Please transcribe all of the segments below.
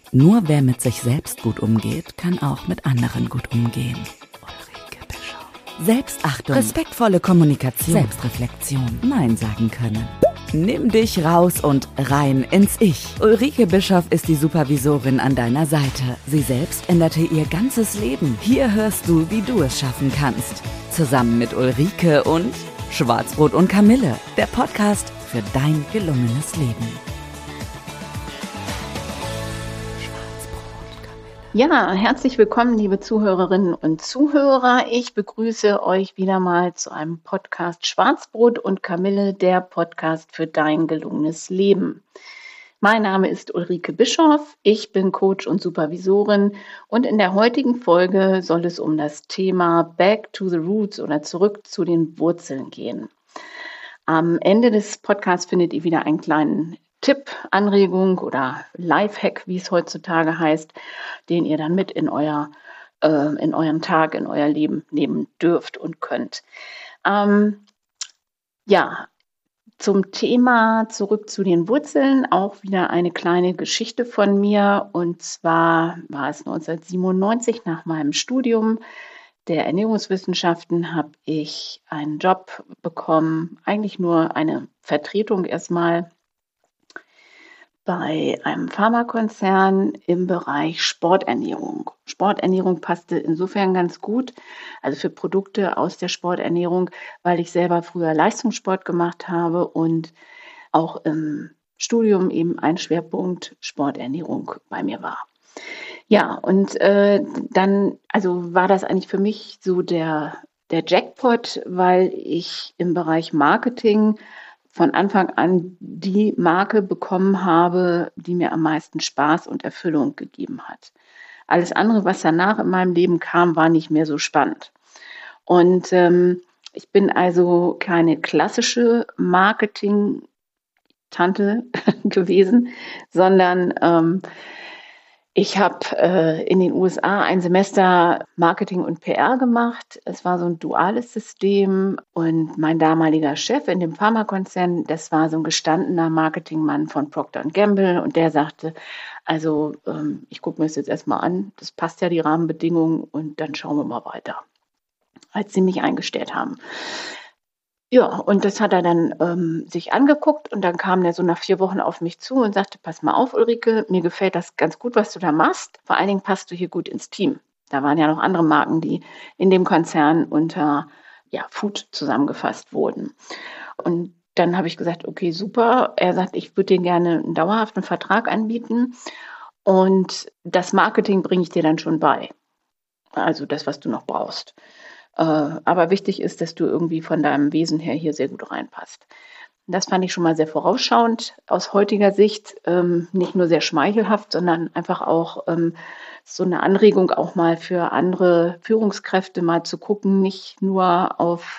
Nur wer mit sich selbst gut umgeht, kann auch mit anderen gut umgehen. Ulrike Bischoff. Selbstachtung, respektvolle Kommunikation, Selbstreflexion, Nein sagen können. Nimm dich raus und rein ins Ich. Ulrike Bischoff ist die Supervisorin an deiner Seite. Sie selbst änderte ihr ganzes Leben. Hier hörst du, wie du es schaffen kannst. Zusammen mit Ulrike und Schwarzbrot und Kamille, der Podcast für dein gelungenes Leben. Ja, herzlich willkommen, liebe Zuhörerinnen und Zuhörer. Ich begrüße euch wieder mal zu einem Podcast Schwarzbrot und Kamille, der Podcast für dein gelungenes Leben. Mein Name ist Ulrike Bischoff, ich bin Coach und Supervisorin und in der heutigen Folge soll es um das Thema Back to the Roots oder zurück zu den Wurzeln gehen. Am Ende des Podcasts findet ihr wieder einen kleinen Tipp, Anregung oder Lifehack, wie es heutzutage heißt, den ihr dann mit in euren Tag, in euer Leben nehmen dürft und könnt. Zum Thema zurück zu den Wurzeln auch wieder eine kleine Geschichte von mir. Und zwar war es 1997 nach meinem Studium der Ernährungswissenschaften habe ich einen Job bekommen, eigentlich nur eine Vertretung erstmal bei einem Pharmakonzern im Bereich Sporternährung. Sporternährung passte insofern ganz gut, also für Produkte aus der Sporternährung, weil ich selber früher Leistungssport gemacht habe und auch im Studium eben ein Schwerpunkt Sporternährung bei mir war. Ja, und dann war das eigentlich für mich so der Jackpot, weil ich im Bereich Marketing von Anfang an die Marke bekommen habe, die mir am meisten Spaß und Erfüllung gegeben hat. Alles andere, was danach in meinem Leben kam, war nicht mehr so spannend. Und ich bin also keine klassische Marketing-Tante gewesen, sondern ich habe in den USA ein Semester Marketing und PR gemacht. Es war so ein duales System und mein damaliger Chef in dem Pharmakonzern, das war so ein gestandener Marketingmann von Procter & Gamble und der sagte, ich gucke mir das jetzt erstmal an, das passt ja die Rahmenbedingungen und dann schauen wir mal weiter, als sie mich eingestellt haben. Ja, und das hat er dann sich angeguckt und dann kam er so nach 4 Wochen auf mich zu und sagte, pass mal auf, Ulrike, mir gefällt das ganz gut, was du da machst. Vor allen Dingen passt du hier gut ins Team. Da waren ja noch andere Marken, die in dem Konzern unter Food zusammengefasst wurden. Und dann habe ich gesagt, okay, super. Er sagt, ich würde dir gerne einen dauerhaften Vertrag anbieten und das Marketing bringe ich dir dann schon bei. Also das, was du noch brauchst. Aber wichtig ist, dass du irgendwie von deinem Wesen her hier sehr gut reinpasst. Das fand ich schon mal sehr vorausschauend aus heutiger Sicht, nicht nur sehr schmeichelhaft, sondern einfach auch so eine Anregung auch mal für andere Führungskräfte mal zu gucken, nicht nur auf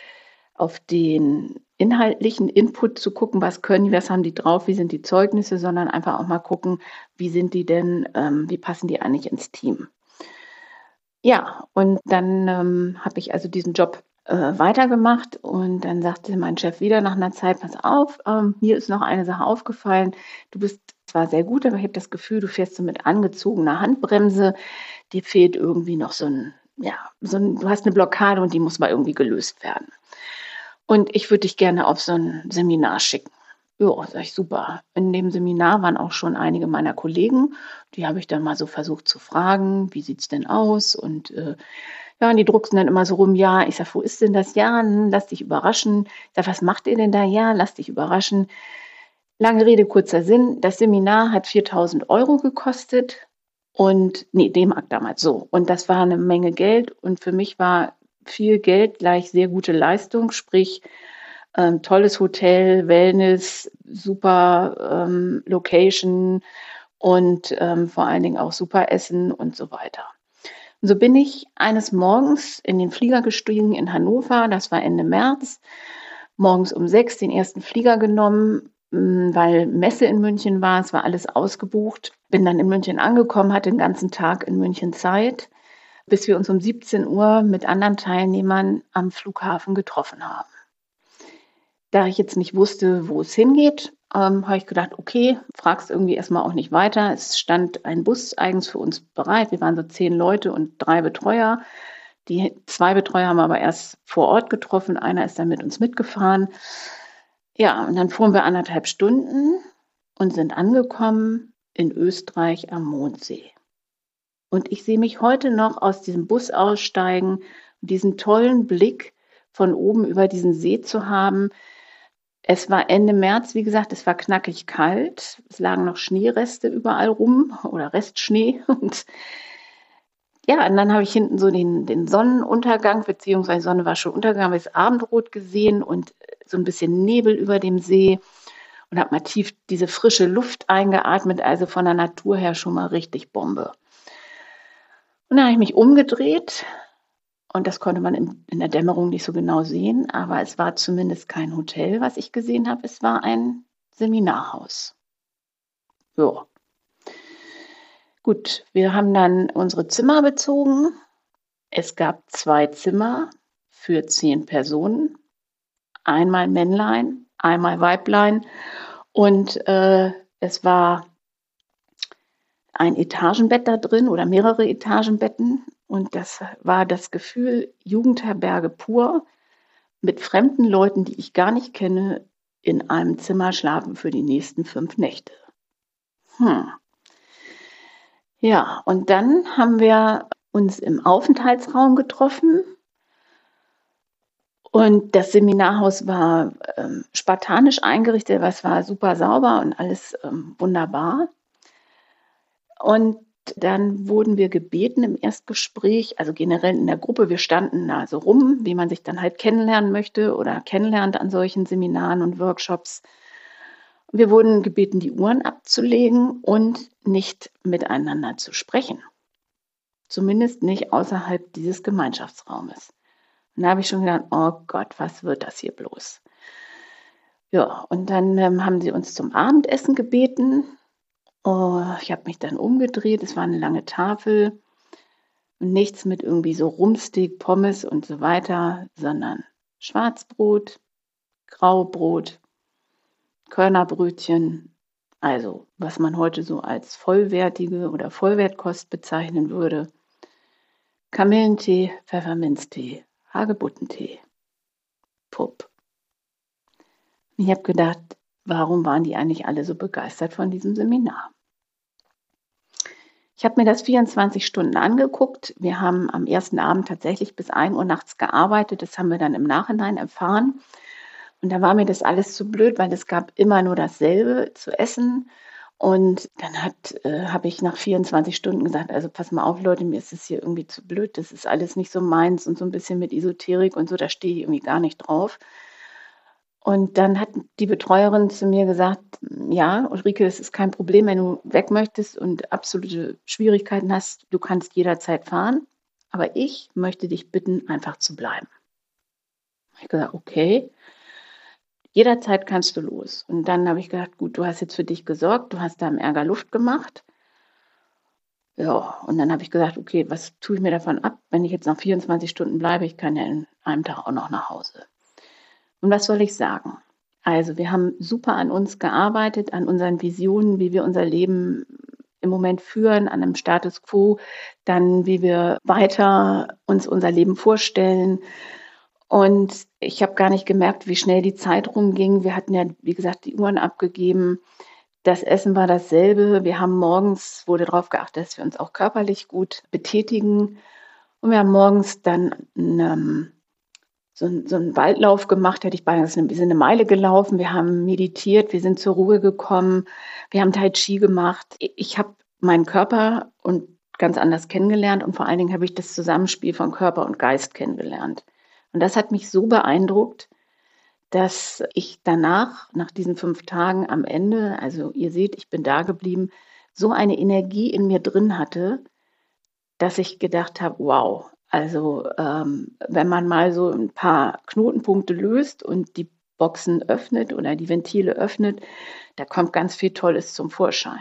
den inhaltlichen Input zu gucken, was können die, was haben die drauf, wie sind die Zeugnisse, sondern einfach auch mal gucken, wie sind die denn, wie passen die eigentlich ins Team. Ja, und dann habe ich also diesen Job weitergemacht und dann sagte mein Chef wieder nach einer Zeit, pass auf, mir ist noch eine Sache aufgefallen, du bist zwar sehr gut, aber ich habe das Gefühl, du fährst so mit angezogener Handbremse, dir fehlt irgendwie noch du hast eine Blockade und die muss mal irgendwie gelöst werden. Und ich würde dich gerne auf so ein Seminar schicken. Ja, sag ich, super. In dem Seminar waren auch schon einige meiner Kollegen. Die habe ich dann mal so versucht zu fragen, wie sieht's denn aus? Und und die drucksen dann immer so rum, ja. Ich sag, wo ist denn das? Ja, lass dich überraschen. Ich sag, was macht ihr denn da? Ja, lass dich überraschen. Lange Rede, kurzer Sinn. Das Seminar hat 4.000 € gekostet und, D-Mark damals so. Und das war eine Menge Geld und für mich war viel Geld gleich sehr gute Leistung, sprich, tolles Hotel, Wellness, super Location und vor allen Dingen auch super Essen und so weiter. Und so bin ich eines Morgens in den Flieger gestiegen in Hannover, das war Ende März, morgens um 6 den ersten Flieger genommen, weil Messe in München war, es war alles ausgebucht. Bin dann in München angekommen, hatte den ganzen Tag in München Zeit, bis wir uns um 17 Uhr mit anderen Teilnehmern am Flughafen getroffen haben. Da ich jetzt nicht wusste, wo es hingeht, habe ich gedacht, okay, fragst irgendwie erstmal auch nicht weiter. Es stand ein Bus eigens für uns bereit. Wir waren so 10 Leute und 3 Betreuer. Die 2 Betreuer haben wir aber erst vor Ort getroffen. Einer ist dann mit uns mitgefahren. Ja, und dann fuhren wir 1,5 Stunden und sind angekommen in Österreich am Mondsee. Und ich sehe mich heute noch aus diesem Bus aussteigen und diesen tollen Blick von oben über diesen See zu haben. Es war Ende März, wie gesagt, es war knackig kalt. Es lagen noch Schneereste überall rum oder Restschnee. Und ja, und dann habe ich hinten so den Sonnenuntergang, beziehungsweise Sonne war schon Untergang, habe ich das Abendrot gesehen und so ein bisschen Nebel über dem See und habe mal tief diese frische Luft eingeatmet, also von der Natur her schon mal richtig Bombe. Und dann habe ich mich umgedreht und das konnte man in der Dämmerung nicht so genau sehen, aber es war zumindest kein Hotel, was ich gesehen habe. Es war ein Seminarhaus. Ja. Gut, wir haben dann unsere Zimmer bezogen. Es gab 2 Zimmer für 10 Personen. Einmal Männlein, einmal Weiblein. Und es war ein Etagenbett da drin oder mehrere Etagenbetten. Und das war das Gefühl Jugendherberge pur, mit fremden Leuten, die ich gar nicht kenne, in einem Zimmer schlafen für die nächsten 5 Nächte. Ja, und dann haben wir uns im Aufenthaltsraum getroffen. Und das Seminarhaus war spartanisch eingerichtet, aber es war super sauber und alles wunderbar. Und dann wurden wir gebeten im Erstgespräch, also generell in der Gruppe, wir standen da so rum, wie man sich dann halt kennenlernen möchte oder kennenlernt an solchen Seminaren und Workshops. Wir wurden gebeten, die Uhren abzulegen und nicht miteinander zu sprechen. Zumindest nicht außerhalb dieses Gemeinschaftsraumes. Und da habe ich schon gedacht, oh Gott, was wird das hier bloß? Ja, und dann haben sie uns zum Abendessen gebeten. Oh, ich habe mich dann umgedreht, es war eine lange Tafel und nichts mit irgendwie so Rumsteak, Pommes und so weiter, sondern Schwarzbrot, Graubrot, Körnerbrötchen, also was man heute so als vollwertige oder Vollwertkost bezeichnen würde. Kamillentee, Pfefferminztee, Hagebuttentee, Pupp. Ich habe gedacht, warum waren die eigentlich alle so begeistert von diesem Seminar? Ich habe mir das 24 Stunden angeguckt. Wir haben am ersten Abend tatsächlich bis 1 Uhr nachts gearbeitet. Das haben wir dann im Nachhinein erfahren. Und da war mir das alles zu blöd, weil es gab immer nur dasselbe zu essen. Und dann habe ich nach 24 Stunden gesagt, also pass mal auf, Leute, mir ist es hier irgendwie zu blöd. Das ist alles nicht so meins und so ein bisschen mit Esoterik und so, da stehe ich irgendwie gar nicht drauf. Und dann hat die Betreuerin zu mir gesagt, ja, Ulrike, das ist kein Problem, wenn du weg möchtest und absolute Schwierigkeiten hast, du kannst jederzeit fahren, aber ich möchte dich bitten, einfach zu bleiben. Ich habe gesagt, okay, jederzeit kannst du los. Und dann habe ich gedacht, gut, du hast jetzt für dich gesorgt, du hast da im Ärger Luft gemacht. Ja, und dann habe ich gesagt, okay, was tue ich mir davon ab, wenn ich jetzt noch 24 Stunden bleibe? Ich kann ja in einem Tag auch noch nach Hause. Und was soll ich sagen? Also wir haben super an uns gearbeitet, an unseren Visionen, wie wir unser Leben im Moment führen, an einem Status quo, dann wie wir weiter uns unser Leben vorstellen. Und ich habe gar nicht gemerkt, wie schnell die Zeit rumging. Wir hatten ja, wie gesagt, die Uhren abgegeben. Das Essen war dasselbe. Wir haben morgens, wurde darauf geachtet, dass wir uns auch körperlich gut betätigen. Und wir haben morgens dann so einen Waldlauf gemacht, hätte ich beinahe gesagt, wir sind eine Meile gelaufen, wir haben meditiert, wir sind zur Ruhe gekommen, wir haben Tai Chi gemacht. Ich habe meinen Körper und ganz anders kennengelernt und vor allen Dingen habe ich das Zusammenspiel von Körper und Geist kennengelernt. Und das hat mich so beeindruckt, dass ich danach, nach diesen 5 Tagen am Ende, also ihr seht, ich bin da geblieben, so eine Energie in mir drin hatte, dass ich gedacht habe, wow, also wenn man mal so ein paar Knotenpunkte löst und die Boxen öffnet oder die Ventile öffnet, da kommt ganz viel Tolles zum Vorschein.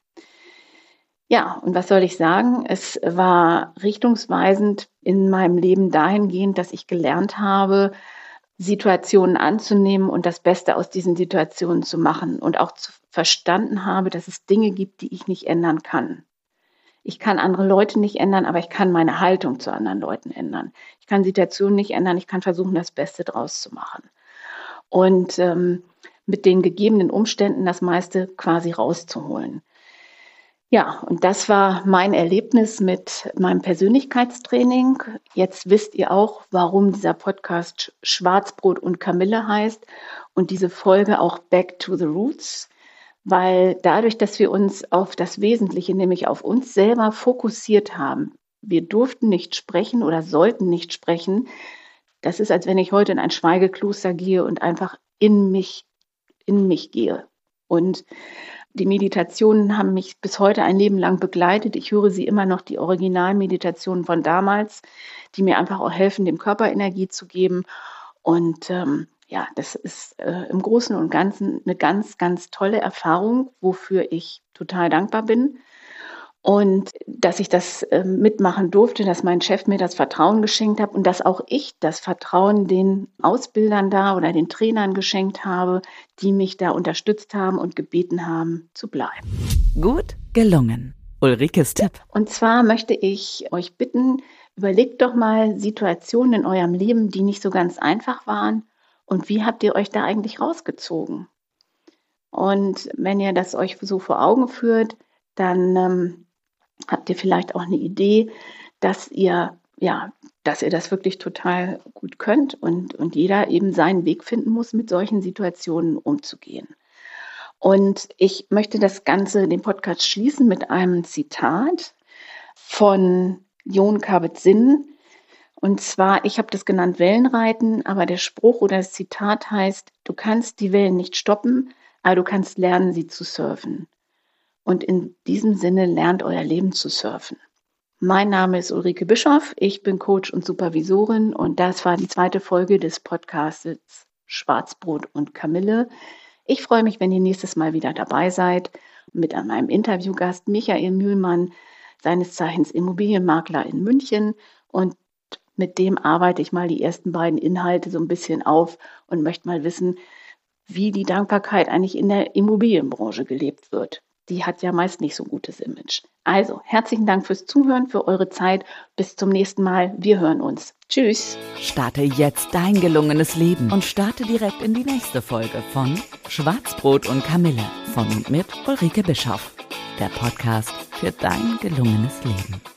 Ja, und was soll ich sagen? Es war richtungsweisend in meinem Leben dahingehend, dass ich gelernt habe, Situationen anzunehmen und das Beste aus diesen Situationen zu machen und auch verstanden habe, dass es Dinge gibt, die ich nicht ändern kann. Ich kann andere Leute nicht ändern, aber ich kann meine Haltung zu anderen Leuten ändern. Ich kann Situationen nicht ändern, ich kann versuchen, das Beste draus zu machen. Und mit den gegebenen Umständen das meiste quasi rauszuholen. Ja, und das war mein Erlebnis mit meinem Persönlichkeitstraining. Jetzt wisst ihr auch, warum dieser Podcast Schwarzbrot und Kamille heißt und diese Folge auch Back to the Roots, weil dadurch, dass wir uns auf das Wesentliche, nämlich auf uns selber fokussiert haben, wir durften nicht sprechen oder sollten nicht sprechen. Das ist, als wenn ich heute in ein Schweigekloster gehe und einfach in mich gehe. Und die Meditationen haben mich bis heute ein Leben lang begleitet. Ich höre sie immer noch, die Originalmeditationen von damals, die mir einfach auch helfen, dem Körper Energie zu geben. Und ja, das ist im Großen und Ganzen eine ganz, ganz tolle Erfahrung, wofür ich total dankbar bin. Und dass ich das mitmachen durfte, dass mein Chef mir das Vertrauen geschenkt hat und dass auch ich das Vertrauen den Ausbildern da oder den Trainern geschenkt habe, die mich da unterstützt haben und gebeten haben, zu bleiben. Gut gelungen. Ulrikes Tipp. Und zwar möchte ich euch bitten, überlegt doch mal Situationen in eurem Leben, die nicht so ganz einfach waren. Und wie habt ihr euch da eigentlich rausgezogen? Und wenn ihr das euch so vor Augen führt, dann habt ihr vielleicht auch eine Idee, dass ihr das wirklich total gut könnt und jeder eben seinen Weg finden muss, mit solchen Situationen umzugehen. Und ich möchte den Podcast schließen mit einem Zitat von Jon Kabat-Zinn. Und zwar, ich habe das genannt Wellenreiten, aber der Spruch oder das Zitat heißt, du kannst die Wellen nicht stoppen, aber du kannst lernen, sie zu surfen. Und in diesem Sinne lernt euer Leben zu surfen. Mein Name ist Ulrike Bischoff, ich bin Coach und Supervisorin und das war die 2. Folge des Podcasts Schwarzbrot und Kamille. Ich freue mich, wenn ihr nächstes Mal wieder dabei seid mit meinem Interviewgast Michael Mühlmann, seines Zeichens Immobilienmakler in München, und mit dem arbeite ich mal die ersten beiden Inhalte so ein bisschen auf und möchte mal wissen, wie die Dankbarkeit eigentlich in der Immobilienbranche gelebt wird. Die hat ja meist nicht so ein gutes Image. Also, herzlichen Dank fürs Zuhören, für eure Zeit. Bis zum nächsten Mal. Wir hören uns. Tschüss. Starte jetzt dein gelungenes Leben und starte direkt in die nächste Folge von Schwarzbrot und Kamille von und mit Ulrike Bischoff. Der Podcast für dein gelungenes Leben.